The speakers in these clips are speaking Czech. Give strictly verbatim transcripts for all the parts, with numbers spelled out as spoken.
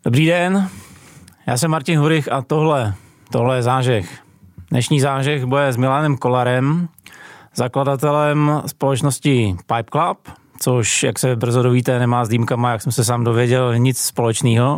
Dobrý den, já jsem Martin Hurich a tohle, tohle je zážeh. Dnešní zážeh bude s Milanem Kolarem, zakladatelem společnosti Pipe Club, což, jak se brzo dovíte, nemá s dýmkama, jak jsem se sám dověděl, nic společného.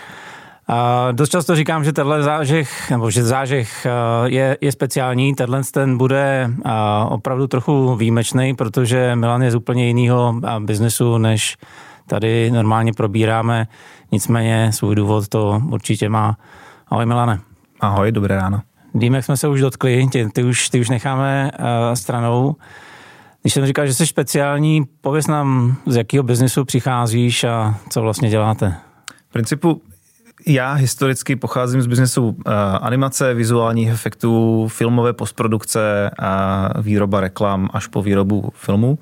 A dost často říkám, že tenhle zážeh, nebo že zážeh je, je speciální, tenhle ten bude opravdu trochu výjimečný, protože Milan je z úplně jiného biznesu, než tady normálně probíráme. Nicméně svůj důvod to určitě má. Ahoj Milane. Ahoj, dobré ráno. Dýmek jsme se už dotkli, ty, ty, už, ty už necháme uh, stranou. Když jsem říkal, že jsi speciální, pověz nám, z jakého biznesu přicházíš a co vlastně děláte. V principu já historicky pocházím z biznesu uh, animace, vizuálních efektů, filmové postprodukce a výroba reklam až po výrobu filmů.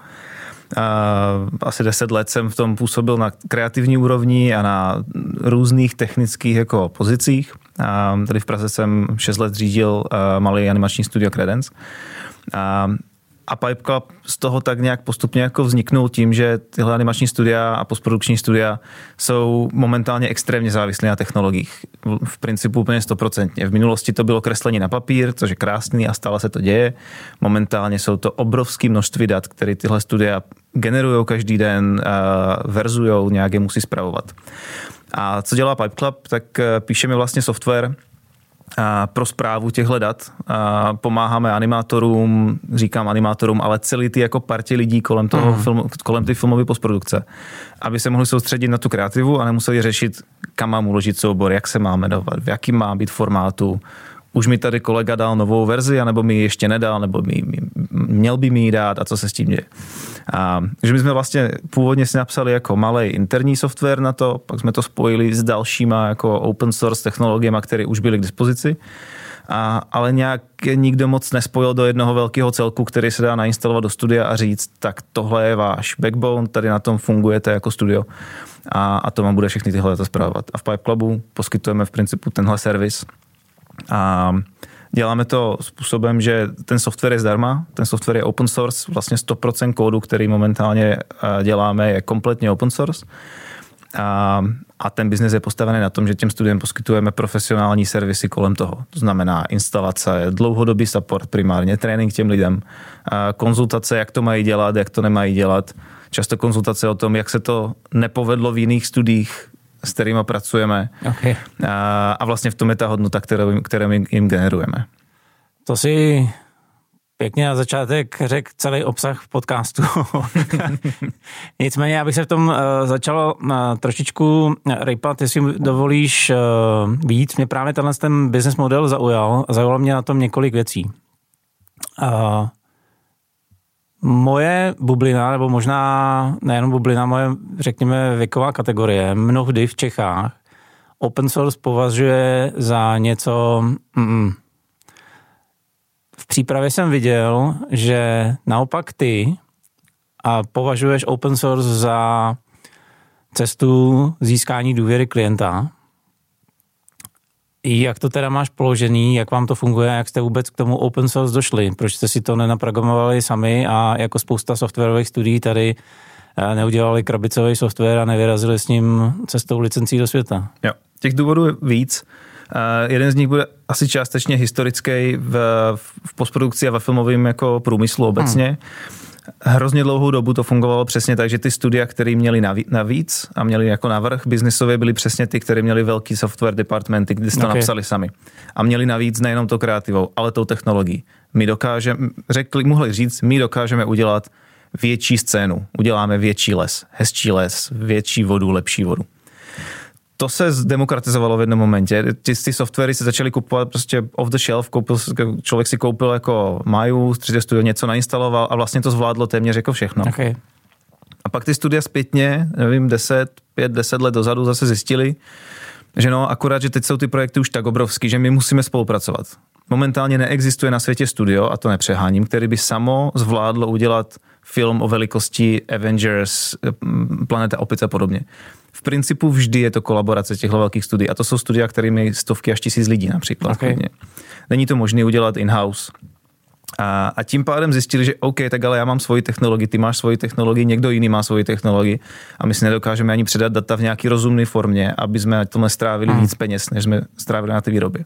Uh, asi deset let jsem v tom působil na kreativní úrovni a na různých technických jako pozicích. Uh, tady v Praze jsem šest let řídil uh, malý animační studio Credence. Uh, a Pipe Club z toho tak nějak postupně jako vzniknul tím, že tyhle animační studia a postprodukční studia jsou momentálně extrémně závislé na technologiích. V principu úplně stoprocentně. V minulosti to bylo kreslení na papír, což je krásný a stále se to děje. Momentálně jsou to obrovské množství dat, které tyhle studia generují každý den, verzujou, nějak je musí spravovat. A co dělá Pipe Club? Tak píšeme vlastně software pro správu těchto dat. Pomáháme animátorům, říkám animátorům, ale celý ty jako partě lidí kolem toho mm. filmu, kolem ty filmové postprodukce, aby se mohli soustředit na tu kreativu a nemuseli řešit, kam mám uložit soubor, jak se máme dávat, v jakým má být formátu. Už mi tady kolega dal novou verzi, anebo mi ji ještě nedal, nebo mi, mi, měl by mi ji dát a co se s tím děje. A, že my jsme vlastně původně si napsali jako malý interní software na to, pak jsme to spojili s dalšíma jako open source technologiemi, které už byly k dispozici, a, ale nějak nikdo moc nespojil do jednoho velkého celku, který se dá nainstalovat do studia a říct, tak tohle je váš backbone, tady na tom fungujete jako studio a, a to vám bude všechny tyhle data zpravovat. A v Pipe Clubu poskytujeme v principu tenhle servis. A děláme to způsobem, že ten software je zdarma, ten software je open source, vlastně sto procent kódu, který momentálně děláme, je kompletně open source. A, a ten biznes je postavený na tom, že těm studiem poskytujeme profesionální servisy kolem toho. To znamená instalace, dlouhodobý support primárně, trénink těm lidem, konzultace, jak to mají dělat, jak to nemají dělat, často konzultace o tom, jak se to nepovedlo v jiných studiích, s kterými pracujeme. Okay. A, a vlastně v tom je ta hodnota, kterou, kterou jim generujeme. To si pěkně na začátek řekl celý obsah podcastu. Nicméně, abych se v tom uh, začal uh, trošičku rejpat, jestli dovolíš uh, víc. Mě právě tenhle ten business model zaujal. Zaujalo mě na tom několik věcí. Uh, Moje bublina, nebo možná nejenom bublina, moje, řekněme, věková kategorie, mnohdy v Čechách open source považuje za něco... Mm, v přípravě jsem viděl, že naopak ty a považuješ open source za cestu získání důvěry klienta. Jak to teda máš položený, jak vám to funguje, jak jste vůbec k tomu open source došli? Proč jste si to nenaprogramovali sami a jako spousta softwarových studií tady neudělali krabicový software a nevyrazili s ním cestou licencí do světa? Jo, těch důvodů je víc. Uh, jeden z nich bude asi částečně historický v, v postprodukci a ve filmovém jako průmyslu obecně. Hmm. Hrozně dlouhou dobu to fungovalo přesně tak, že ty studia, které měli navíc a měli jako navrch biznisově, byly přesně ty, které měli velký software departmenty, kdy si to okay. napsali sami. A měli navíc nejenom to kreativou, ale tou technologií. My dokážeme, řekli, mohli říct, my dokážeme udělat větší scénu, uděláme větší les, hezčí les, větší vodu, lepší vodu. To se zdemokratizovalo v jednom momentě. Ty, ty softwary se začaly kupovat prostě off the shelf, koupil, člověk si koupil jako Maju, tři dé Studio, něco nainstaloval a vlastně to zvládlo téměř jako všechno. Okay. A pak ty studia zpětně, nevím, deset, pět, deset let dozadu zase zjistili, že no, akorát, že teď jsou ty projekty už tak obrovský, že my musíme spolupracovat. Momentálně neexistuje na světě studio, a to nepřeháním, který by samo zvládlo udělat film o velikosti Avengers, Planeta opic a podobně. V principu vždy je to kolaborace těchto velkých studií a to jsou studia, kterými stovky až tisíc lidí například. Okay. Není to možné udělat in-house. A, a tím pádem zjistili, že OK, tak ale já mám svoji technologii, ty máš svoji technologii, někdo jiný má svoji technologii a my si nedokážeme ani předat data v nějaký rozumné formě, aby jsme na tomhle strávili hmm. víc peněz, než jsme strávili na té výrobě.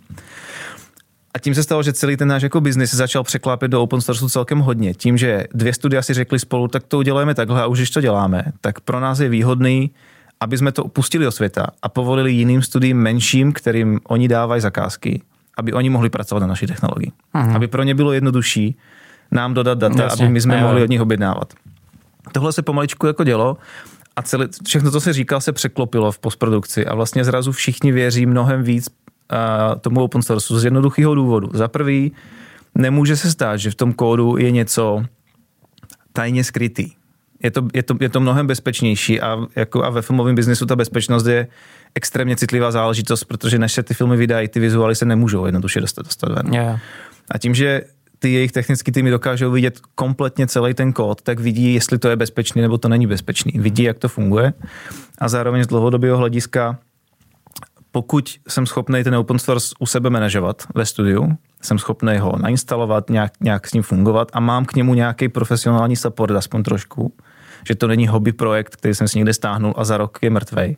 A tím se stalo, že celý ten náš jako biznis se začal překlápět do open sourceu celkem hodně. Tím, že dvě studia si řekli spolu, tak to uděláme takhle a už když to děláme, tak pro nás je výhodný, aby jsme to pustili do světa a povolili jiným studiím menším, kterým oni dávají zakázky, aby oni mohli pracovat na naší technologii. Aha. Aby pro ně bylo jednodušší nám dodat data, jasně, aby my jsme jo. mohli od nich objednávat. Tohle se pomaličku jako dělo a celé, všechno, co se říkal, se překlopilo v postprodukci a vlastně zrazu všichni věří mnohem víc a, tomu open sourceu z jednoduchého důvodu. Za prvý, nemůže se stát, že v tom kódu je něco tajně skrytý. Je to, je to, je to mnohem bezpečnější a, jako, a ve filmovém biznesu ta bezpečnost je extrémně citlivá záležitost, protože než se ty filmy vydají, ty vizuály se nemůžou jednoduše dostat, dostat ven. Yeah. A tím, že ty jejich technické týmy dokážou vidět kompletně celý ten kód, tak vidí, jestli to je bezpečný nebo to není bezpečný. Vidí, jak to funguje a zároveň z dlouhodobého hlediska, pokud jsem schopný ten open source u sebe manažovat ve studiu, jsem schopný ho nainstalovat, nějak, nějak s ním fungovat a mám k němu nějaký profesionální support, aspoň trošku, že to není hobby projekt, který jsem si někde stáhnul a za rok je mrtvej.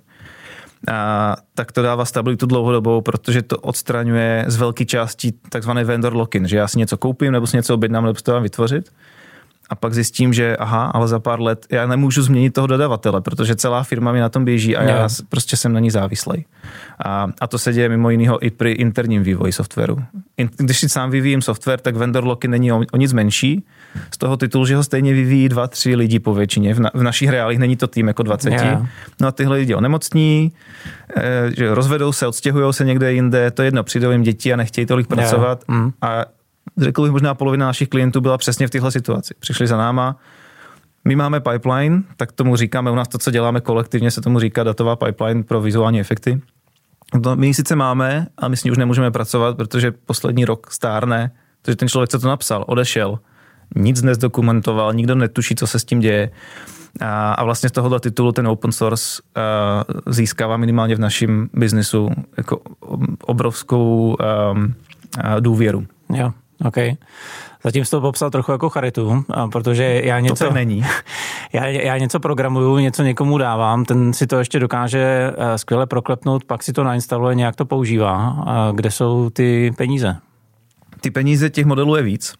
A tak to dává stabilitu dlouhodobou, protože to odstraňuje z velké části takzvaný vendor lock-in, že já si něco koupím, nebo si něco objednám, nebo si to mám vytvořit. A pak zjistím, že aha, ale za pár let já nemůžu změnit toho dodavatele, protože celá firma mi na tom běží a já prostě jsem na ní závislej. A, a to se děje mimo jiného i při interním vývoji softwaru. In, když si sám vyvíjím software, tak vendor lock-in není o, o nic menší. Z toho titulu, že ho stejně vyvíjí dva, tři lidi po většině. V, na, v našich reálích není to tým jako dvacet. Yeah. No a tyhle lidi onemocní, eh, že rozvedou se, odstěhují se někde jinde, to jedno, přijdou jim děti a nechtějí tolik pracovat. Yeah. Mm. A řekl bych, možná polovina našich klientů byla přesně v téhle situaci. Přišli za náma, my máme pipeline, tak tomu říkáme, u nás to, co děláme kolektivně, se tomu říká datová pipeline pro vizuální efekty. To my ji sice máme, ale my s ní už nemůžeme pracovat, protože poslední rok stárne, protože ten člověk, co to napsal, odešel, nic nezdokumentoval, nikdo netuší, co se s tím děje. A, a vlastně z tohohle titulu ten open source uh, získává minimálně v našem biznisu jako obrovskou um, uh, důvěru. Jo. OK. Zatím jsi to popsal trochu jako charitu, protože já něco... To není. já, já něco programuju, něco někomu dávám, ten si to ještě dokáže skvěle proklepnout, pak si to nainstaluje, nějak to používá. Kde jsou ty peníze? Ty peníze těch modelů je víc.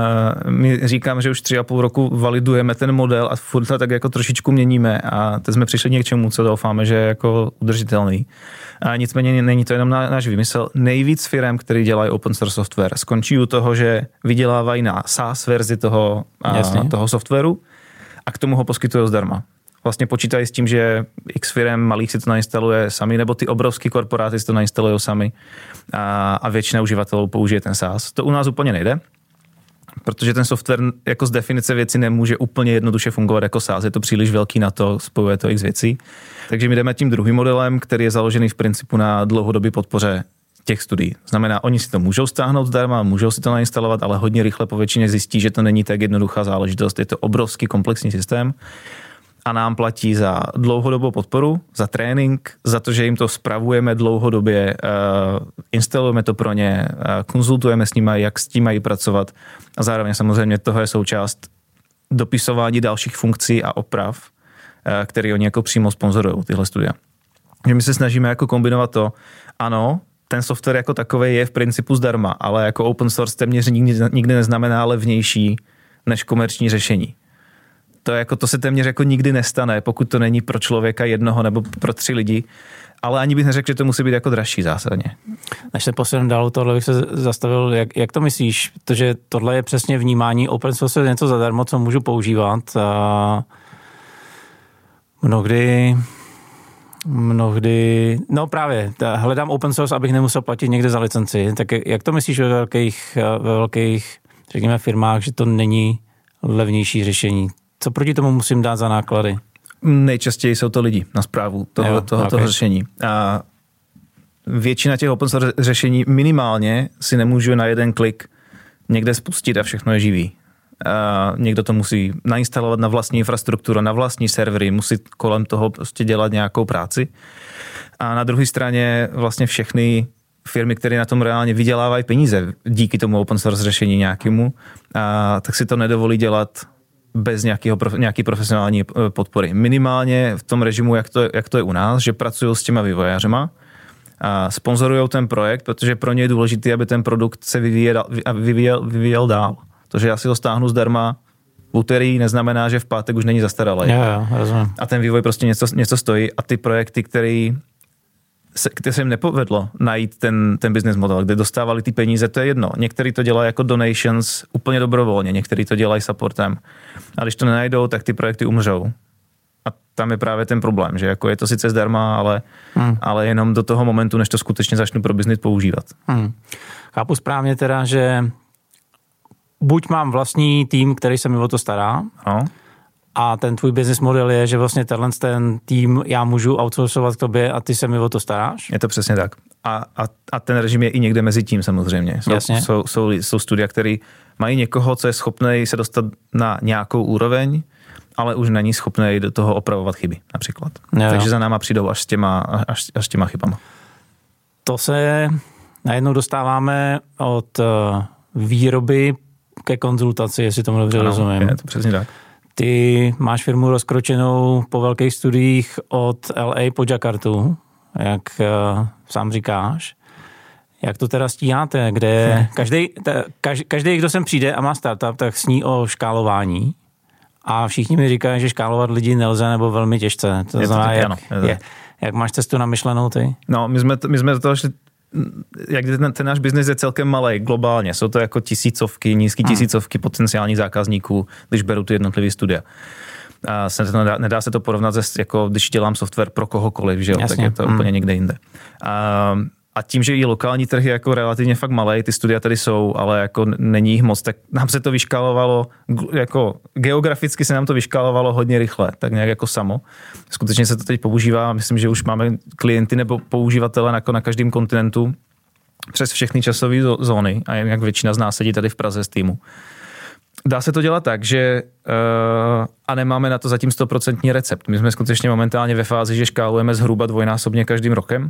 My říkáme, že už tři a půl roku validujeme ten model a furt tak jako trošičku měníme a teď jsme přišli něčemu, co doufáme, že je jako udržitelný. A nicméně není to jenom náš výmysl. Nejvíc firem, který dělají open source software, skončí u toho, že vydělávají na SaaS verzi toho, toho softwaru a k tomu ho poskytují zdarma. Vlastně počítají s tím, že x firem malých si to nainstaluje sami, nebo ty obrovský korporáty si to nainstalují sami a, a většina uživatelů použije ten SaaS. To u nás úplně nejde, protože ten software jako z definice věci nemůže úplně jednoduše fungovat jako SaaS. Je to příliš velký na to, spojuje to x věcí. Takže my jdeme tím druhým modelem, který je založený v principu na dlouhodobé podpoře těch studií. Znamená, oni si to můžou stáhnout zdarma, můžou si to nainstalovat, ale hodně rychle po většině zjistí, že to není tak jednoduchá záležitost. Je to obrovský komplexní systém. A nám platí za dlouhodobou podporu, za trénink, za to, že jim to spravujeme dlouhodobě, uh, instalujeme to pro ně, uh, konzultujeme s nimi, jak s tím mají pracovat a zároveň samozřejmě toho je součást dopisování dalších funkcí a oprav, uh, které oni jako přímo sponzorují, tyhle studia. Že my se snažíme jako kombinovat to, ano, ten software jako takový je v principu zdarma, ale jako open source téměř nikdy, nikdy neznamená levnější než komerční řešení. To, jako, to se téměř jako nikdy nestane, pokud to není pro člověka jednoho nebo pro tři lidi, ale ani bych neřekl, že to musí být jako dražší zásadně. Než se posuneme dál, tohle bych se zastavil, jak, jak to myslíš? Protože tohle je přesně vnímání, open source je něco zadarmo, co můžu používat a mnohdy mnohdy, no právě, hledám open source, abych nemusel platit někde za licenci, tak jak to myslíš ve velkých, ve velkých, řekněme, firmách, že to není levnější řešení? Co proti tomu musím dát za náklady? Nejčastěji jsou to lidi na správu toho, jo, toho, okay. toho řešení. A většina těch open source řešení minimálně si nemůžu na jeden klik někde spustit a všechno je živý. A někdo to musí nainstalovat na vlastní infrastrukturu, na vlastní servery, musí kolem toho prostě dělat nějakou práci. A na druhé straně vlastně všechny firmy, které na tom reálně vydělávají peníze díky tomu open source řešení nějakému, a tak si to nedovolí dělat bez nějakého, nějaký profesionální podpory. Minimálně v tom režimu, jak to, jak to je u nás, že pracují s těma vývojářema a sponzorují ten projekt, protože pro ně je důležité, aby ten produkt se vyvíjel, vyvíjel, vyvíjel dál. To, že já si ho stáhnu zdarma v úterý, neznamená, že v pátek už není zastaralý. Jo, jo, rozumím. A ten vývoj prostě něco, něco stojí a ty projekty, které se, které se jim nepovedlo najít ten, ten business model, kde dostávali ty peníze, to je jedno. Někteří to dělají jako donations úplně dobrovolně, někteří to dělají supportem. A když to nenajdou, tak ty projekty umřou. A tam je právě ten problém, že jako je to sice zdarma, ale, hmm. ale jenom do toho momentu, než to skutečně začnu pro business používat. Hmm. Chápu správně teda, že buď mám vlastní tým, který se mi o to stará, no. A ten tvůj business model je, že vlastně tenhle ten tým já můžu outsourcovat k tobě a ty se mi o to staráš? Je to přesně tak. A, a, a ten režim je i někde mezi tím samozřejmě. Jsou, jsou, jsou, jsou studia, které mají někoho, co je schopný se dostat na nějakou úroveň, ale už není schopný do toho opravovat chyby například. Jo. Takže za náma přijdou až s těma, až, až s těma chybama. To se najednou dostáváme od výroby ke konzultaci, jestli tomu dobře ano, rozumím. Je to přesně tak. Ty máš firmu rozkročenou po velkých studiích od L A po Jakartu, jak uh, sám říkáš. Jak to teda stíháte? Kde každý, každý, každý, kdo sem přijde a má startup, tak sní o škálování. A všichni mi říkají, že škálovat lidi nelze nebo velmi těžce. To je znamená, to jak, ano, je je, jak máš cestu namyšlenou ty? No, my jsme, my jsme do toho šli, jak ten, ten náš biznis je celkem malej globálně. Jsou to jako tisícovky, nízký hmm. tisícovky potenciálních zákazníků, když beru ty jednotlivé studia. A se to nedá, nedá se to porovnat, se, jako když dělám software pro kohokoliv, že jo? Tak je to hmm. úplně někde jinde. A, a tím, že i lokální trh je jako relativně fakt malej, ty studia tady jsou, ale jako není jich moc, tak nám se to vyškálovalo, jako geograficky se nám to vyškálovalo hodně rychle, tak nějak jako samo. Skutečně se to teď používá, myslím, že už máme klienty nebo používatele jako na každém kontinentu přes všechny časové zóny a jak většina z nás sedí tady v Praze z týmu. Dá se to dělat tak, že uh, a nemáme na to zatím stoprocentní recept. My jsme skutečně momentálně ve fázi, že škálujeme zhruba dvojnásobně každým rokem,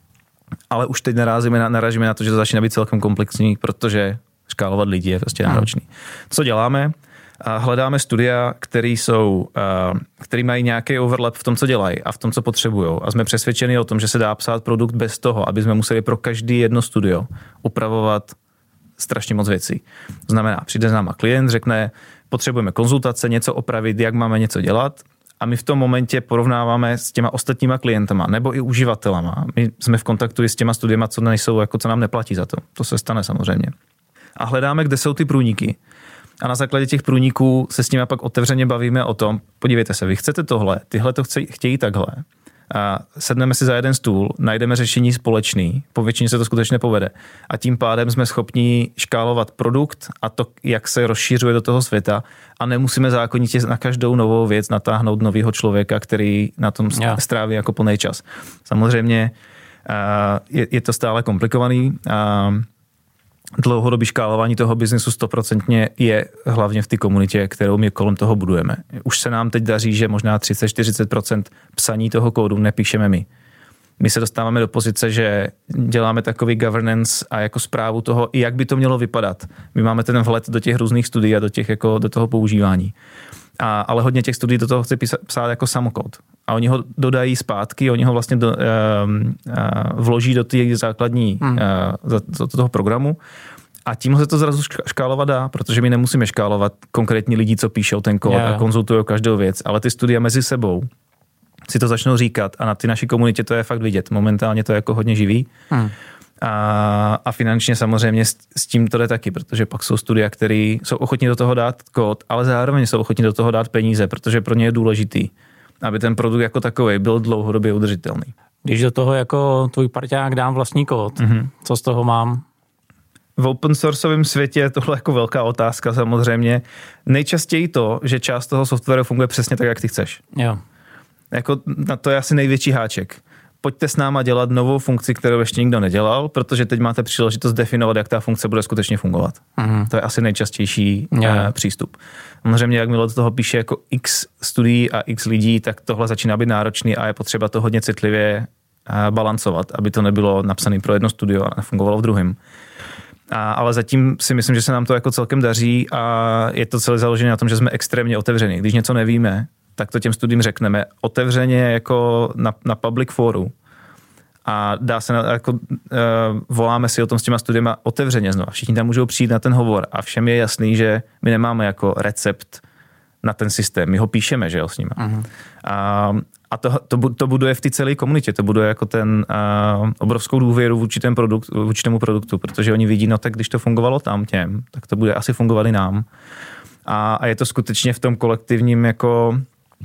ale už teď narazíme na, narazíme na to, že to začíná být celkem komplexní, protože škálovat lidi je prostě náročný. Co děláme? Hledáme studia, které jsou, který mají nějaký overlap v tom, co dělají a v tom, co potřebují. A jsme přesvědčeni o tom, že se dá psát produkt bez toho, aby jsme museli pro každý jedno studio upravovat strašně moc věcí. To znamená, přijde z náma klient, řekne, potřebujeme konzultace, něco opravit, jak máme něco dělat. A my v tom momentě porovnáváme s těma ostatníma klientama nebo i uživatelama. My jsme v kontaktu i s těma studiema, co nejsou, jako co nám neplatí za to. To se stane samozřejmě. A hledáme, kde jsou ty průniky. A na základě těch průniků se s nimi pak otevřeně bavíme o tom, podívejte se, vy chcete tohle, tyhle to chtějí takhle. A sedneme si za jeden stůl, najdeme řešení společný, po většině se to skutečně povede. A tím pádem jsme schopni škálovat produkt a to, jak se rozšířuje do toho světa a nemusíme zákonitě na každou novou věc natáhnout nového člověka, který na tom stráví jako plný čas. Samozřejmě je, je to stále komplikovaný. Dlouhodobý škálování toho biznesu stoprocentně je hlavně v té komunitě, kterou my kolem toho budujeme. Už se nám teď daří, že možná třicet až čtyřicet procent psaní toho kódu nepíšeme my. My se dostáváme do pozice, že děláme takový governance a jako správu toho, jak by to mělo vypadat. My máme ten vhled do těch různých studií a do, těch, jako, do toho používání. A, ale hodně těch studií do toho chce písat, psát jako samokód. A oni ho dodají zpátky, oni ho vlastně do, uh, uh, vloží do těch základní hmm. uh, do, do toho programu a tím se to zrazu škálovat dá, protože my nemusíme škálovat konkrétní lidi, co píšou ten kód yeah. a konzultují každou věc, ale ty studia mezi sebou si to začnou říkat a na ty naší komunitě to je fakt vidět. Momentálně to je jako hodně živý. Hmm. A, a finančně samozřejmě s, s tím to jde taky, protože pak jsou studia, které jsou ochotní do toho dát kód, ale zároveň jsou ochotní do toho dát peníze, protože pro ně je důležitý, aby ten produkt jako takový byl dlouhodobě udržitelný. Když do toho jako tvůj parťák dám vlastní kód, mm-hmm. co z toho mám? V open sourceovém světě je tohle jako velká otázka samozřejmě. Nejčastěji to, že část toho softwaru funguje přesně tak, jak ty chceš. Jo. Jako, to je asi největší háček. Pojďte s náma dělat novou funkci, kterou ještě nikdo nedělal, protože teď máte příležitost definovat, jak ta funkce bude skutečně fungovat. Mm-hmm. To je asi nejčastější yeah. uh, přístup. Samozřejmě, jakmile do toho píše jako x studií a x lidí, tak tohle začíná být náročný a je potřeba to hodně citlivě balancovat, aby to nebylo napsané pro jedno studio a nefungovalo v druhém. A, ale zatím si myslím, že se nám to jako celkem daří a je to celé založené na tom, že jsme extrémně otevření. Když něco nevíme, tak to těm studiím řekneme otevřeně jako na, na public foru. A dá se, na, jako, uh, voláme si o tom s těma studiema otevřeně znovu. Všichni tam můžou přijít na ten hovor a všem je jasný, že my nemáme jako recept na ten systém. My ho píšeme, že jo, s nimi. Uh-huh. A, a to, to, to buduje v té celé komunitě, to buduje jako ten uh, obrovskou důvěru vůči, ten produkt, vůči tomu produktu, protože oni vidí, no tak když to fungovalo tam těm, tak to bude asi fungovat i nám. A, a je to skutečně v tom kolektivním jako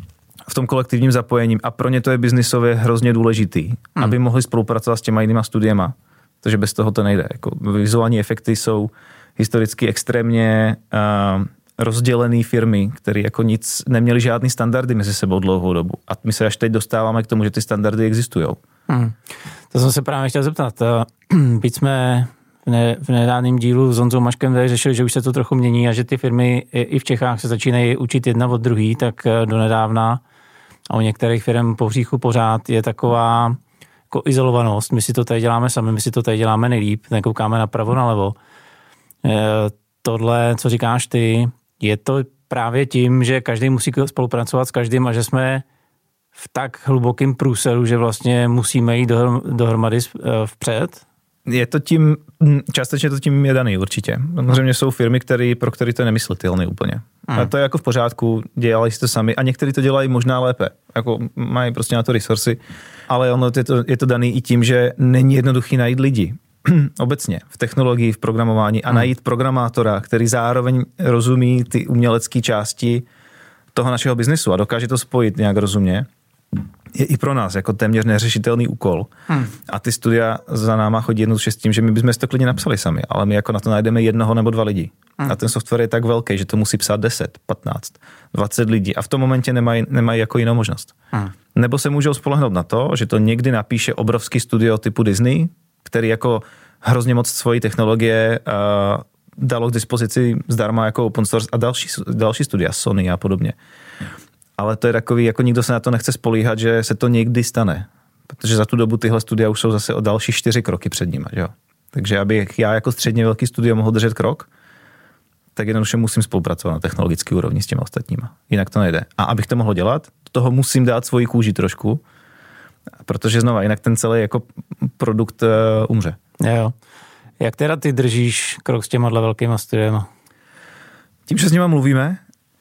v tom kolektivním zapojením a pro ně to je biznisově hrozně důležitý, hmm. aby mohli spolupracovat s těma jinýma studiema, protože bez toho to nejde. Jako vizuální efekty jsou historicky extrémně uh, rozdělené firmy, které jako nic neměly žádný standardy mezi sebou dlouhou dobu. A my se až teď dostáváme k tomu, že ty standardy existují. Hmm. To jsem se právě chtěl zeptat. Byť jsme v, ne, v nedávném dílu s Honzou Maškem tady řešili, že už se to trochu mění a že ty firmy i v Čechách se začínají učit jedna od druhý, tak do nedávna a u některých firm po hříchu pořád je taková jako izolovanost. My si to tady děláme sami, my si to tady děláme nejlíp, nekoukáme napravo, nalevo. E, tohle, co říkáš ty, je to právě tím, že každý musí spolupracovat s každým a že jsme v tak hlubokém průseru, že vlastně musíme jít dohromady vpřed? Je to tím, částečně to tím je daný určitě. Samozřejmě jsou firmy, který, pro které to je nemyslitelné úplně. Hmm. A to je jako v pořádku, dělají si to sami a někteří to dělají možná lépe. Jako mají prostě na to resursy, ale ono je to, je to daný i tím, že není jednoduchý najít lidi. Obecně v technologii, v programování a hmm. najít programátora, který zároveň rozumí ty umělecké části toho našeho biznesu a dokáže to spojit nějak rozumně, je i pro nás jako téměř neřešitelný úkol. Hmm. A ty studia za náma chodí jednoduše s tím, že my bychom si to klidně napsali sami, ale my jako na to najdeme jednoho nebo dva lidi. Hmm. A ten software je tak velký, že to musí psát deset, patnáct, dvacet lidí a v tom momentě nemají, nemají jako jinou možnost. Hmm. Nebo se můžou spolehnout na to, že to někdy napíše obrovský studio typu Disney, který jako hrozně moc svojí technologie uh, dalo k dispozici zdarma jako open source a další, další studia, Sony a podobně. Ale to je takový, jako nikdo se na to nechce spolíhat, že se to někdy stane. Protože za tu dobu tyhle studia už jsou zase o další čtyři kroky před nimi. Jo? Takže abych já jako středně velký studio mohl držet krok, tak jednoduše musím spolupracovat na technologické úrovni s těmi ostatníma. Jinak to nejde. A abych to mohl dělat, do toho musím dát svoji kůži trošku, protože znova, jinak ten celý jako produkt uh, umře. Jo. Jak teda ty držíš krok s těma velkýma studiema? Tím, že s nima mluvíme,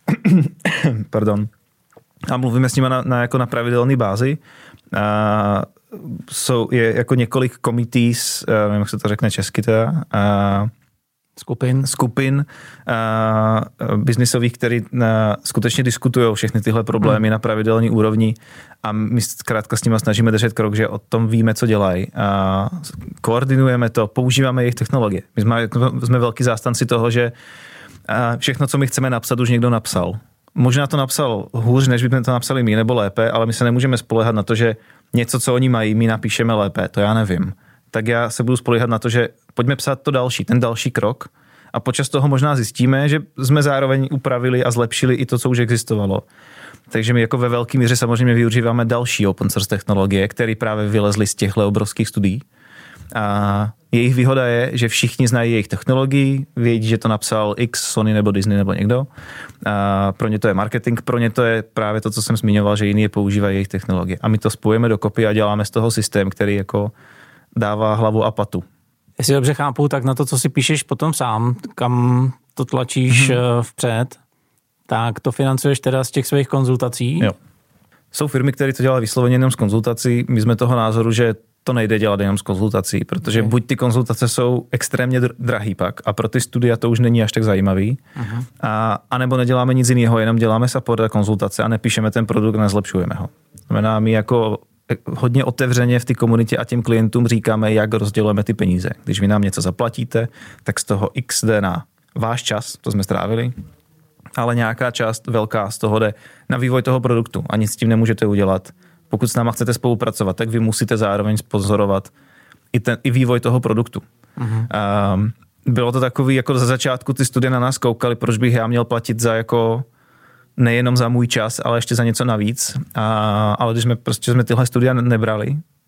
pardon, a mluvíme s nima na, na, jako na pravidelné bázi. A jsou, je jako několik committees, nevím, jak se to řekne česky teda, a skupin, skupin a, biznisových, který a, skutečně diskutují všechny tyhle problémy hmm. na pravidelné úrovni a my zkrátka s nimi snažíme držet krok, že o tom víme, co dělají. A koordinujeme to, používáme jejich technologie. My jsme, jsme velký zástanci toho, že všechno, co my chceme napsat, už někdo napsal. Možná to napsal hůř, než bychom to napsali my, nebo lépe, ale my se nemůžeme spoléhat na to, že něco, co oni mají, my napíšeme lépe, to já nevím. Tak já se budu spoléhat na to, že pojďme psát to další, ten další krok a počas toho možná zjistíme, že jsme zároveň upravili a zlepšili i to, co už existovalo. Takže my jako ve velké míře samozřejmě využíváme další open source technologie, které právě vylezly z těchto obrovských studií. A jejich výhoda je, že všichni znají jejich technologii, vědí, že to napsal X, Sony nebo Disney nebo někdo. A pro ně to je marketing, pro ně to je právě to, co jsem zmiňoval, že jiní je používají jejich technologie. A my to spojíme dokopy a děláme z toho systém, který jako dává hlavu a patu. Jestli dobře chápu, tak na to, co si píšeš potom sám, kam to tlačíš mm-hmm. vpřed, tak to financuješ teda z těch svých konzultací? Jo. Jsou firmy, které to dělají vysloveně jenom z konzultací. My jsme toho názoru, že to nejde dělat jenom z konzultací, protože okay. buď ty konzultace jsou extrémně drahý pak a pro ty studia to už není až tak zajímavý, uh-huh. a, a nebo neděláme nic jiného, jenom děláme support a konzultace a nepíšeme ten produkt a nezlepšujeme ho. Znamená, my jako hodně otevřeně v té komunitě a těm klientům říkáme, jak rozdělujeme ty peníze. Když vy nám něco zaplatíte, tak z toho X jde na váš čas, to jsme strávili, ale nějaká část velká z toho jde na vývoj toho produktu a nic s tím nemůžete udělat. Pokud s náma chcete spolupracovat, tak vy musíte zároveň pozorovat i, ten, i vývoj toho produktu. Uh-huh. Um, bylo to takový, jako za začátku ty studie na nás koukali, proč bych já měl platit za jako nejenom za můj čas, ale ještě za něco navíc. A, ale když jsme prostě jsme tyhle studia nebrali,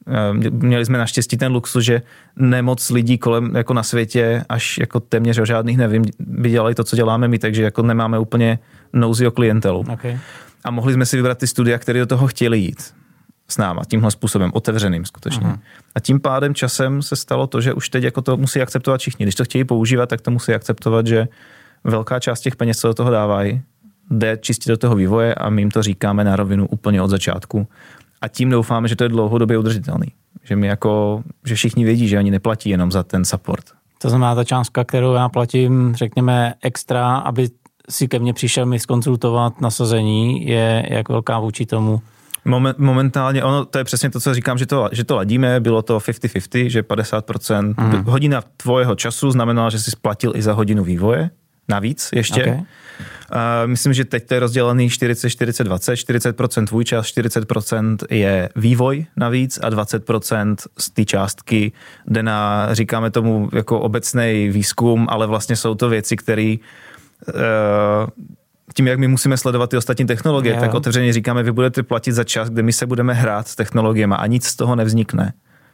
Měli jsme naštěstí ten luxus, že nemoc lidí kolem jako na světě, až jako téměř o žádných nevím, by dělali to, co děláme my, takže jako nemáme úplně nouzi o klientelu. Okay. A mohli jsme si vybrat ty studia, které do toho chtěli jít s náma, tímhle způsobem, otevřeným skutečně. Uh-huh. A tím pádem časem se stalo to, že už teď jako to musí akceptovat všichni. Když to chtějí používat, tak to musí akceptovat, že velká část těch peněz, co do toho dávají, jde čistě do toho vývoje a my jim to říkáme na rovinu úplně od začátku. A tím doufáme, že to je dlouhodobě udržitelný. Že my jako, že všichni vědí, že oni neplatí jenom za ten support. To znamená ta částka, kterou já platím, řekněme extra, aby si ke mně přišel mi zkonzultovat nasazení, je jak velká vůči tomu? Moment, momentálně, ono, to je přesně to, co říkám, že to, že to ladíme, bylo to padesát padesát, že padesát procent mm. hodina tvojeho času znamenala, že jsi splatil i za hodinu vývoje, navíc ještě. Okay. Uh, myslím, že teď to je rozdělený čtyřicet čtyřicet dvacet, čtyřicet procent tvůj čas, čtyřicet procent je vývoj navíc a dvacet procent z té částky jde na, říkáme tomu jako obecný výzkum, ale vlastně jsou to věci, které uh, tím, jak my musíme sledovat ty ostatní technologie, yeah. tak otevřeně říkáme, vy budete platit za čas, kde my se budeme hrát s technologiemi a nic z toho nevznikne.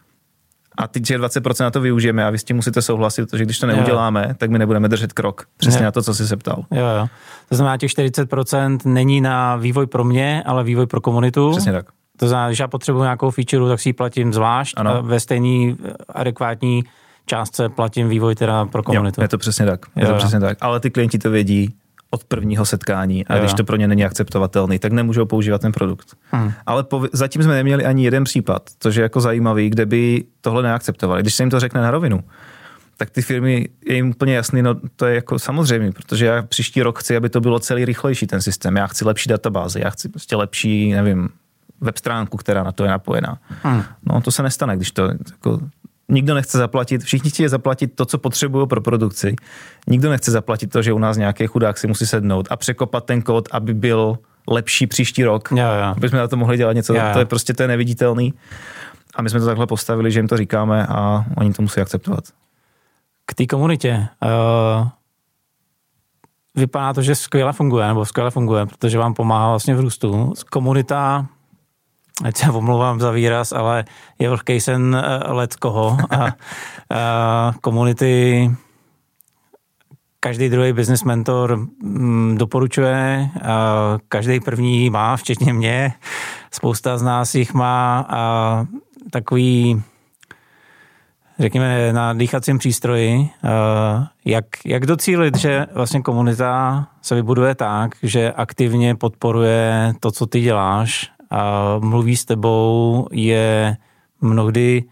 A ty dvacet procent na to využijeme a vy s tím musíte souhlasit, protože když to neuděláme, jo. tak my nebudeme držet krok. Přesně jo. na to, co jsi se ptal. Jo, jo. To znamená, těch čtyřicet procent není na vývoj pro mě, ale vývoj pro komunitu. Přesně tak. To znamená, když já potřebuji nějakou feature, tak si ji platím zvlášť ano. a ve stejný adekvátní částce platím vývoj teda pro komunitu. Jo, je to přesně tak. Je jo, to přesně tak. Ale ty klienti to vědí od prvního setkání a jo. když to pro ně není akceptovatelný, tak nemůžou používat ten produkt. Hmm. Ale po, zatím jsme neměli ani jeden případ, což je jako zajímavý, kde by tohle neakceptovali. Když se jim to řekne na rovinu, tak ty firmy, je jim úplně jasný, no to je jako samozřejmě, protože já příští rok chci, aby to bylo celý rychlejší ten systém. Já chci lepší databázy, já chci prostě lepší, nevím, web stránku, která na to je napojená. Hmm. No to se nestane, když to jako nikdo nechce zaplatit, všichni chtějí zaplatit to, co potřebují pro produkci. Nikdo nechce zaplatit to, že u nás nějaký chudák si musí sednout a překopat ten kód, aby byl lepší příští rok. Jo, jo. Aby jsme na to mohli dělat něco. Jo, jo. To je prostě to je neviditelný. A my jsme to takhle postavili, že jim to říkáme a oni to musí akceptovat. K té komunitě. Uh, vypadá to, že skvěle funguje, nebo skvěle funguje, protože vám pomáhá vlastně v růstu. Komunita, ať se omlouvám za výraz, ale je vlhkej sen let koho. A, a komunity každý druhý business mentor mm, doporučuje, a každý první má, včetně mě. Spousta z nás jich má a takový, řekněme, na dýchacím přístroji. Jak, jak docílit, že vlastně komunita se vybuduje tak, že aktivně podporuje to, co ty děláš a mluví s tebou, je mnohdy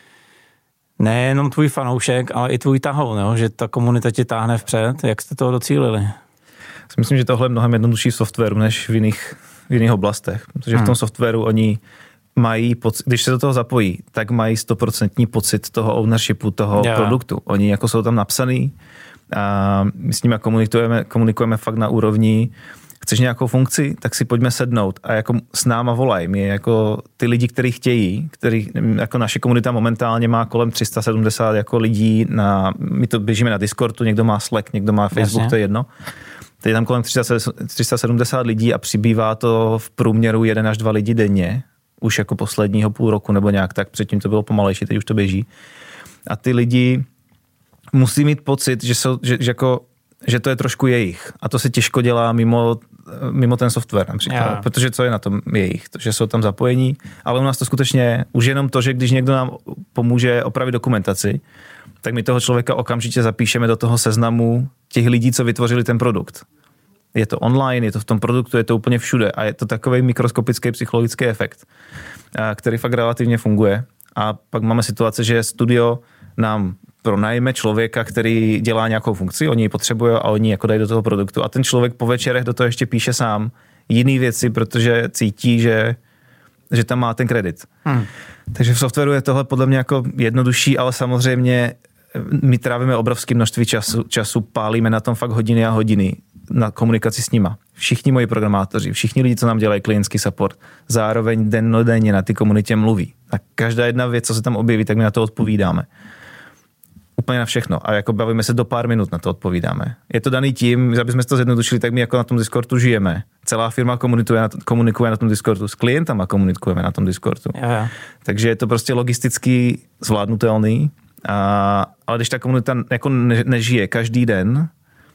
nejenom tvůj fanoušek, ale i tvůj tahoun, jo? Že ta komunita tě táhne vpřed. Jak jste toho docílili? Myslím, že tohle je mnohem jednodušší v softwaru než v jiných, v jiných oblastech, protože hmm. v tom softwaru oni mají pocit, když se do toho zapojí, tak mají stoprocentní pocit toho ownershipu, toho yeah. produktu. Oni jako jsou tam napsaný a my s nimi komunikujeme, komunikujeme fakt na úrovni, chceš nějakou funkci, tak si pojďme sednout a jako s náma volaj. My jako ty lidi, kteří chtějí, který, jako naše komunita momentálně má kolem tři sta sedmdesát jako lidí, na, my to běžíme na Discordu, někdo má Slack, někdo má Facebook, Jasně. to je jedno. Teď je tam kolem tři sta sedmdesát lidí a přibývá to v průměru jeden až dva lidi denně, už jako posledního půl roku nebo nějak tak, předtím to bylo pomalejší, teď už to běží. A ty lidi musí mít pocit, že, jsou, že, že, jako, že to je trošku jejich. A to se těžko dělá mimo, mimo ten software například. Yeah. Protože co je na tom jejich? To, že jsou tam zapojení. Ale u nás to skutečně už jenom to, že když někdo nám pomůže opravit dokumentaci, tak my toho člověka okamžitě zapíšeme do toho seznamu těch lidí, co vytvořili ten produkt. Je to online, je to v tom produktu, je to úplně všude a je to takový mikroskopický psychologický efekt, který fakt relativně funguje. A pak máme situace, že studio nám pronajme člověka, který dělá nějakou funkci, oni ji potřebují a oni jako dají do toho produktu a ten člověk po večerech do toho ještě píše sám jiný věci, protože cítí, že, že tam má ten kredit. Hmm. Takže v softwaru je tohle podle mě jako jednodušší, ale samozřejmě my trávíme obrovské množství času, času, pálíme na tom fakt hodiny a hodiny na komunikaci s nima. Všichni moji programátoři, všichni lidi, co nám dělají klientský support, zároveň dennodenně na ty komunitě mluví. A každá jedna věc, co se tam objeví, tak my na to odpovídáme. úplně na všechno a jako bavíme se do pár minut, na to odpovídáme. Je to daný tím, aby jsme to zjednodušili, tak my jako na tom Discordu žijeme. Celá firma komunikuje na, komunikuje na tom Discordu, s klientama komunikujeme na tom Discordu. Yeah. Takže je to prostě logisticky zvládnutelný, a, ale když ta komunita jako ne, nežije každý den,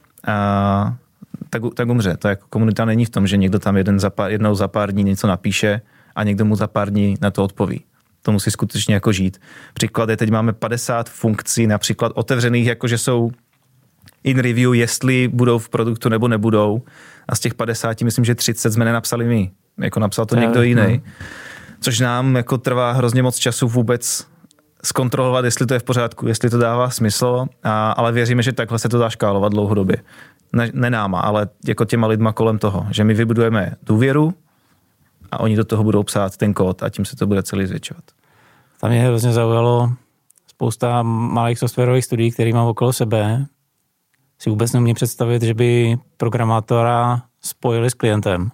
a, tak, tak umře. To jako komunita není v tom, že někdo tam jeden za pár, jednou za pár dní něco napíše a někdo mu za pár dní na to odpoví. To musí skutečně jako žít. Příklad je, teď máme padesát funkcí například otevřených, jakože jsou in review, jestli budou v produktu nebo nebudou. A z těch padesáti myslím, že třicet jsme nenapsali my. Jako napsal to někdo jiný. Což nám jako trvá hrozně moc času vůbec zkontrolovat, jestli to je v pořádku, jestli to dává smysl, a, ale věříme, že takhle se to dá škálovat dlouhodobě. Ne, ne náma, ale jako těma lidma kolem toho. Že my vybudujeme důvěru, a oni do toho budou psát ten kód a tím se to bude celý zvětšovat. Tam mě hrozně zaujalo spousta malých softwarových studií, které mám okolo sebe. Si vůbec neumím představit, že by programátora spojili s klientem.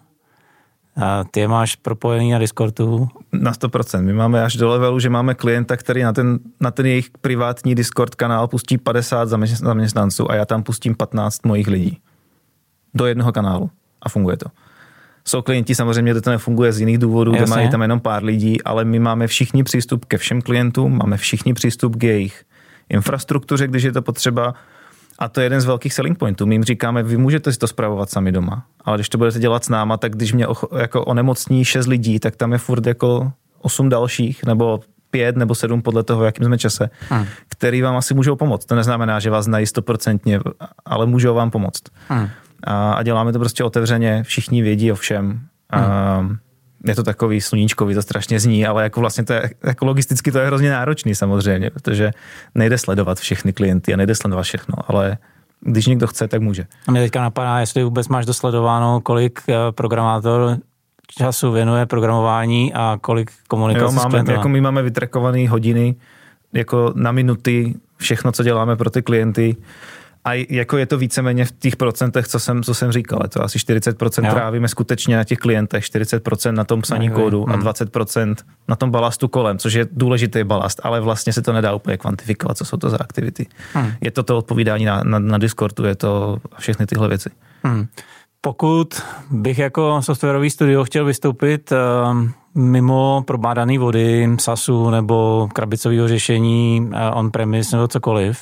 A ty je máš propojený na Discordu? Na sto procent. My máme až do levelu, že máme klienta, který na ten, na ten jejich privátní Discord kanál pustí padesát zaměstnanců a já tam pustím patnáct mojich lidí. Do jednoho kanálu. A funguje to. Jsou klienti, samozřejmě to nefunguje z jiných důvodů, kde mají tam jenom pár lidí, ale my máme všichni přístup ke všem klientům, máme všichni přístup k jejich infrastruktuře, když je to potřeba. A to je jeden z velkých selling pointů. My jim říkáme, vy můžete si to spravovat sami doma, ale když to budete dělat s náma, tak když mě jako onemocní šest lidí, tak tam je furt jako osm dalších, nebo pět nebo sedm podle toho, jakým jsme čase, hmm. který vám asi můžou pomoct. To neznamená, že vás znají stoprocentně, ale můžou vám pomoct. Hmm. A, a děláme to prostě otevřeně, všichni vědí o všem. A je to takový sluníčkový, to strašně zní, ale jako vlastně to je, jako logisticky to je hrozně náročný samozřejmě, protože nejde sledovat všechny klienty a nejde sledovat všechno, ale když někdo chce, tak může. A mě teďka napadá, jestli vůbec máš dosledováno, kolik programátor času věnuje programování a kolik komunikace jo, máme, s klientem. Jako my máme vytrekované hodiny, jako na minuty, všechno, co děláme pro ty klienty. A jako je to víceméně v těch procentech, co jsem, co jsem říkal. Je to asi čtyřicet procent jo. trávíme skutečně na těch klientech, čtyřicet procent na tom psaní kódu hmm. a dvacet procent na tom balastu kolem, což je důležitý balast, ale vlastně se to nedá úplně kvantifikovat, co jsou to za aktivity. Hmm. Je to to odpovídání na, na, na Discordu, je to všechny tyhle věci. Hmm. Pokud bych jako softwarový studio chtěl vystoupit uh, mimo probádaný vody, SaaSu nebo krabicového řešení uh, on-premise nebo cokoliv,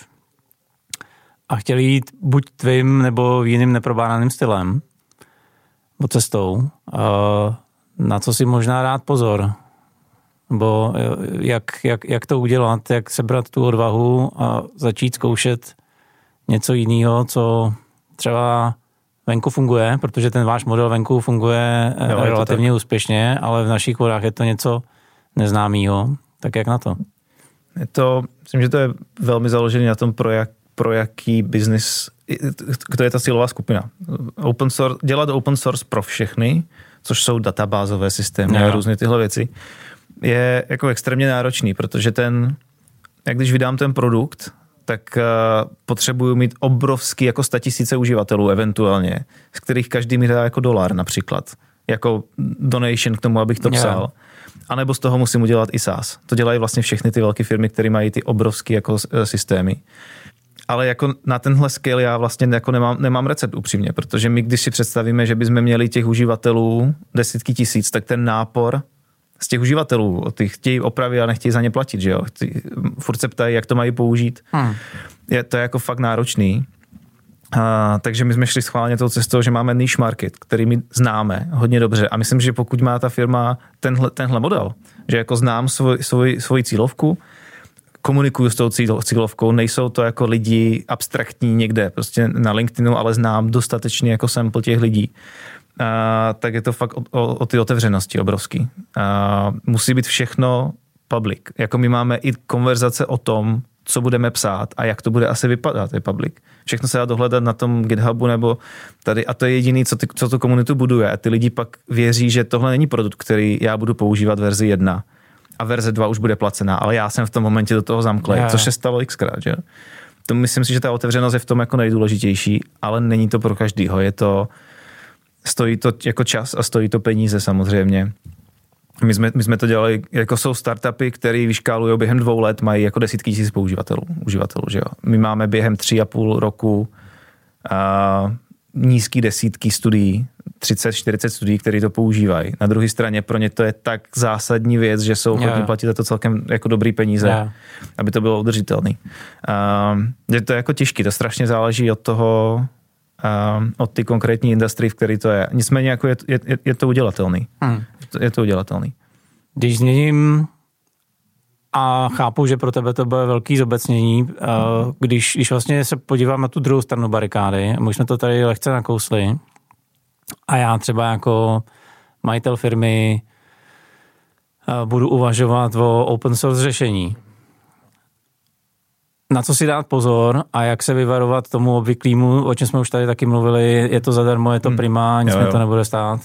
a chtěl jít buď tvým nebo jiným neprobádaným stylem, nebo cestou, na co si možná dát pozor, nebo jak, jak, jak to udělat, jak sebrat tu odvahu a začít zkoušet něco jiného, co třeba venku funguje, protože ten váš model venku funguje jo, relativně úspěšně, ale v našich vodách je to něco neznámého. Tak jak na to? Je to, myslím, že to je velmi založené na tom, pro jak pro jaký biznis, kdo je ta cílová skupina. Open source, dělat open source pro všechny, což jsou databázové systémy a různé tyhle věci, je jako extrémně náročný, protože ten, jak když vydám ten produkt, tak uh, potřebuju mít obrovský jako statisíce uživatelů eventuálně, z kterých každý mi dá jako dolar například, jako donation k tomu, abych to psal. Yeah. A nebo z toho musím udělat i SaaS. To dělají vlastně všechny ty velké firmy, které mají ty obrovské jako systémy. Ale jako na tenhle scale já vlastně jako nemám, nemám recept upřímně, protože my, když si představíme, že bychom měli těch uživatelů desítky tisíc, tak ten nápor z těch uživatelů, ty chtějí opravy a nechtějí za ně platit, že jo? Ty furt se ptají, jak to mají použít. Hmm. Je to jako fakt náročný. A, takže my jsme šli schválně tou cestou, že máme niche market, který my známe hodně dobře. A myslím, že pokud má ta firma tenhle, tenhle model, že jako znám svoj, svoj, svoji cílovku, komunikuju s tou cílovkou, nejsou to jako lidi abstraktní někde, prostě na LinkedInu, ale znám dostatečně jako sample těch lidí. A, tak je to fakt o, o, o ty otevřenosti obrovský. A, musí být všechno public. Jako my máme i konverzace o tom, co budeme psát a jak to bude asi vypadat, je public. Všechno se dá dohledat na tom GitHubu nebo tady a to je jediný, co, ty, co tu komunitu buduje. A ty lidi pak věří, že tohle není produkt, který já budu používat verzi jedna a verze dva už bude placená, ale já jsem v tom momentě do toho zamklej, což se stalo xkrát, že? To myslím si, že ta otevřenost je v tom jako nejdůležitější, ale není to pro každýho. Je to, stojí to jako čas a stojí to peníze samozřejmě. My jsme, my jsme to dělali, jako jsou startupy, které vyškálují během dvou let, mají jako desítky tisíc používatelů, uživatelů, že jo. My máme během tři a půl roku a nízký desítky studií, třicet čtyřicet studií, které to používají. Na druhé straně pro ně to je tak zásadní věc, že jsou ochotní yeah. platit za to celkem jako dobrý peníze, yeah. aby to bylo udržitelný. Um, je to jako těžký, to strašně záleží od toho, um, od ty konkrétní industrie, v které to je. Nicméně jako je, je, je to udělatelný. Hmm. Je, to, je to udělatelný. Když změním a chápu, že pro tebe to bude velký zobecnění, když, když vlastně se podívám na tu druhou stranu barikády, my jsme to tady lehce nakousli, a já třeba jako majitel firmy budu uvažovat o open source řešení. Na co si dát pozor a jak se vyvarovat tomu obvyklýmu, o čem jsme už tady taky mluvili, je to zadarmo, je to prima, nic mě to nebude stát?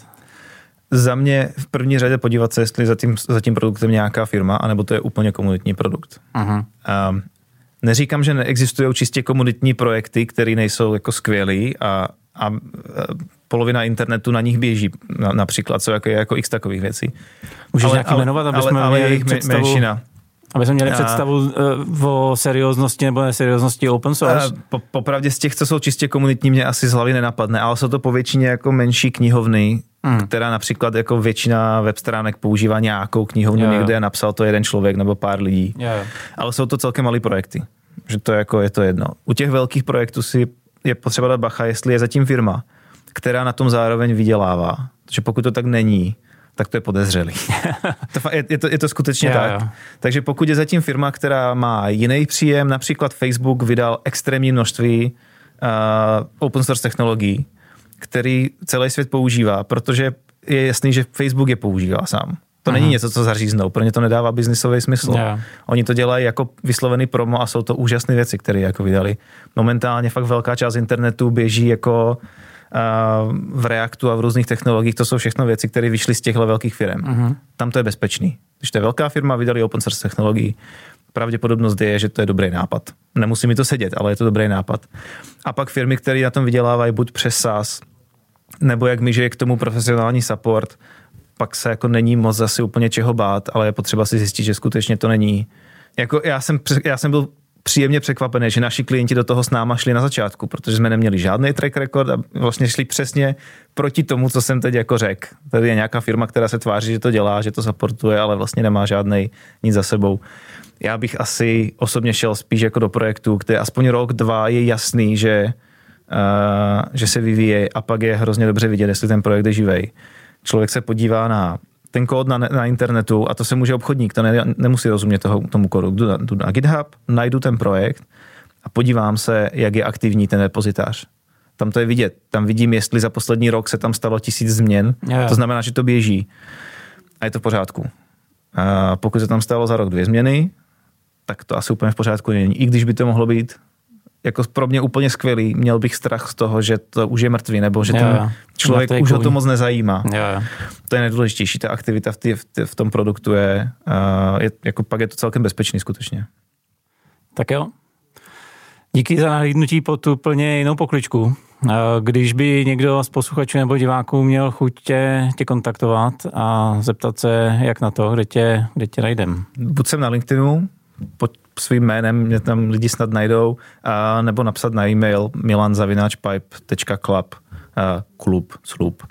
Za mě v první řadě podívat se, jestli za tím, za tím produktem nějaká firma, anebo to je úplně komunitní produkt. Uh-huh. Um, neříkám, že neexistují čistě komunitní projekty, které nejsou jako skvělý a, a, a polovina internetu na nich běží, na, například, co jako, jako x takových věcí. Můžeš ale, nějaký jmenovat, aby jsme ale, měli ale představu, menšina. Aby jsme měli představu uh, o serióznosti nebo neserióznosti open source? Uh, po, popravdě z těch, co jsou čistě komunitní, mě asi z hlavy nenapadne, ale jsou to povětšině jako menší knihovny, hmm. která například jako většina web stránek používá nějakou knihovnu, yeah. někde napsal to jeden člověk nebo pár lidí. Yeah. Ale jsou to celkem malý projekty, že to jako je to jedno. U těch velkých projektů si je potřeba dát bacha, jestli je zatím firma, která na tom zároveň vydělává. Protože pokud to tak není, tak to je podezřelý. je, je, to, je to skutečně jo, tak. Jo. Takže pokud je zatím firma, která má jiný příjem, například Facebook vydal extrémní množství uh, open source technologií, který celý svět používá, protože je jasný, že Facebook je používá sám. To uh-huh. není něco, co zaříznou, pro ně to nedává biznisový smysl. Yeah. Oni to dělají jako vyslovený promo a jsou to úžasné věci, které jako vydali. Momentálně fakt velká část internetu běží jako uh, v Reactu a v různých technologiích. To jsou všechno věci, které vyšly z těchto velkých firm. Uh-huh. Tam to je bezpečný. Když to je velká firma, vydali open source technologii, pravděpodobnost je, že to je dobrý nápad. Nemusí mi to sedět, ale je to dobrý nápad. A pak firmy, které na tom vydělávají buď přes SaaS, nebo jak my, že je k tomu profesionální support, pak se jako není moc zase úplně čeho bát, ale je potřeba si zjistit, že skutečně to není. Jako já jsem, já jsem byl příjemně překvapený, že naši klienti do toho s náma šli na začátku, protože jsme neměli žádný track record a vlastně šli přesně proti tomu, co jsem teď jako řekl. Tady je nějaká firma, která se tváří, že to dělá, že to supportuje, ale vlastně nemá žádnej nic za sebou. Já bych asi osobně šel spíš jako do projektu, kde aspoň rok, dva je jasný, že, uh, že se vyvíje a pak je hrozně dobře vidět, jestli ten projekt je živej. Člověk se podívá na ten kód na, na internetu a to se může obchodník, to ne, nemusí rozumět toho, tomu kódu. Jdu na, jdu na GitHub, najdu ten projekt a podívám se, jak je aktivní ten repozitář. Tam to je vidět. Tam vidím, jestli za poslední rok se tam stalo tisíc změn. Yeah. To znamená, že to běží. A je to v pořádku. A pokud se tam stalo za rok dvě změny, tak to asi úplně v pořádku není. I když by to mohlo být jako pro mě úplně skvělý, měl bych strach z toho, že to už je mrtvý, nebo že ten jo, člověk už ho to moc nezajímá. Jo, jo. To je nejdůležitější. Ta aktivita v, tý, v, tý, v tom produktu je, uh, je, jako pak je to celkem bezpečný skutečně. Tak jo. Díky za nahlídnutí pod tu plně jinou pokličku. Když by někdo z posluchačů nebo diváků měl chuť tě, tě kontaktovat a zeptat se, jak na to, kde tě, kde tě najdem. Buď jsem na LinkedInu, pod svým jménem mě tam lidi snad najdou, a nebo napsat na e-mail milan zavináč pipe tečka club, klub, slub.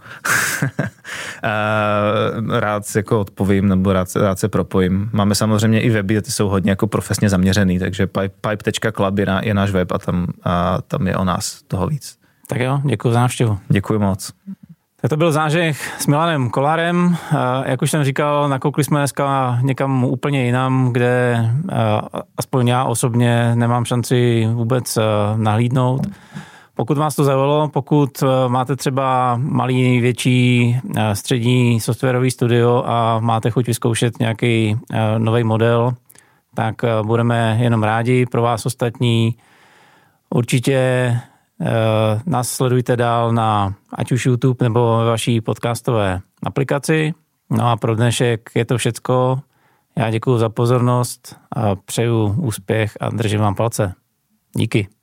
Rád se jako odpovím, nebo rád, rád se propojím. Máme samozřejmě i weby, ty jsou hodně jako profesně zaměřený, takže pipe tečka club je, na, je náš web a tam, a tam je o nás toho víc. Tak jo, děkuji za návštěvu. Děkuji moc. Tak to byl zážeh s Milanem Kolarem. Jak už jsem říkal, nakoukli jsme dneska někam úplně jinam, kde aspoň já osobně nemám šanci vůbec nahlídnout. Pokud vás to zaujalo, pokud máte třeba malý, větší, střední softwarový studio a máte chuť vyzkoušet nějaký nový model, tak budeme jenom rádi pro vás ostatní. Určitě nás sledujte dál na ať už YouTube nebo ve vaší podcastové aplikaci. No a pro dnešek je to všecko. Já děkuji za pozornost a přeju úspěch a držím vám palce. Díky.